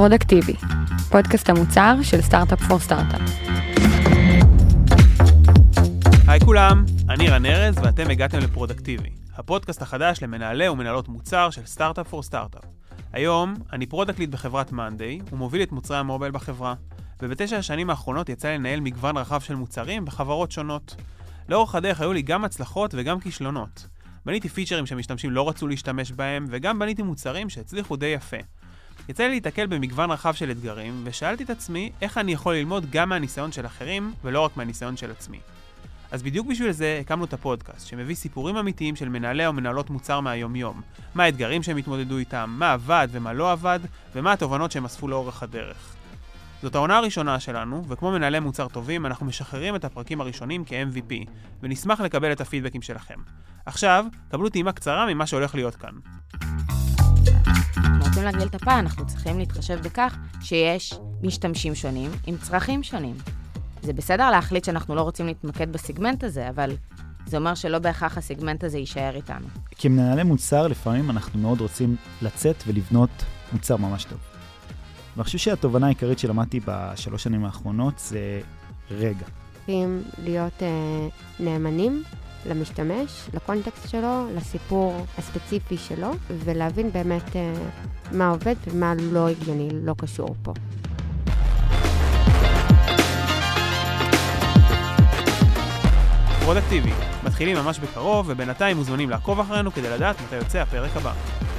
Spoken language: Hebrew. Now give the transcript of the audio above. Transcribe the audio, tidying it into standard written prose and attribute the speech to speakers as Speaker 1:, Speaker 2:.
Speaker 1: פרודקטיבי, פודקאסט המוצר של סטארט-אפ פור סטארט-אפ.
Speaker 2: היי כולם, אני רן ארז ואתם הגעתם לפרודקטיבי, הפודקאסט החדש למנהלי ומנהלות מוצר של סטארט-אפ פור סטארט-אפ. היום אני פרודקט ליד בחברת מאנדיי ומוביל את מוצרי המובייל בחברה, וב9 השנים האחרונות יצא לי לנהל מגוון רחב של מוצרים בחברות שונות. לאורך הדרך היו לי גם הצלחות וגם כישלונות. בניתי פיצ'רים שמשתמשים לא רצו להשתמש בהם, וגם בניתי מוצרים שהצליחו די יפה. יצא לי להתקל במגוון רחב של אתגרים, ושאלתי את עצמי איך אני יכול ללמוד גם מהניסיון של אחרים, ולא רק מהניסיון של עצמי. אז בדיוק בשביל זה הקמנו את הפודקאסט, שמביא סיפורים אמיתיים של מנהלי או מנהלות מוצר מהיום-יום. מה האתגרים שהם התמודדו איתם, מה עבד ומה לא עבד, ומה התובנות שהם אספו לאורך הדרך. זאת העונה הראשונה שלנו, וכמו מנהלי מוצר טובים, אנחנו משחררים את הפרקים הראשונים כ-MVP, ונשמח לקבל את הפידבקים שלכם. עכשיו, קבלו טעימה קצרה ממה שהולך להיות כאן.
Speaker 3: רוצים להגדיל את הפער, אנחנו צריכים להתחשב בכך שיש משתמשים שונים עם צרכים שונים. זה בסדר להחליט שאנחנו לא רוצים להתמקד בסגמנט הזה, אבל זה אומר שלא בהכרח הסגמנט הזה יישאר איתנו.
Speaker 4: כמנהלי מוצר, לפעמים אנחנו מאוד רוצים לצאת ולבנות מוצר ממש טוב. ואני חושב שהתובנה העיקרית שלמדתי בשלוש שנים האחרונות זה רגע.
Speaker 5: צריכים להיות נאמנים למשתמש, לקונטקסט שלו, לסיפור הספציפי שלו, ולהבין באמת מה עובד ומה לא הגיוני, לא קשור פה.
Speaker 2: פרודקטיבי, מתחילים ממש בקרוב, ובינתיים מוזמנים לעקוב אחרינו כדי לדעת מתי יוצא הפרק הבא.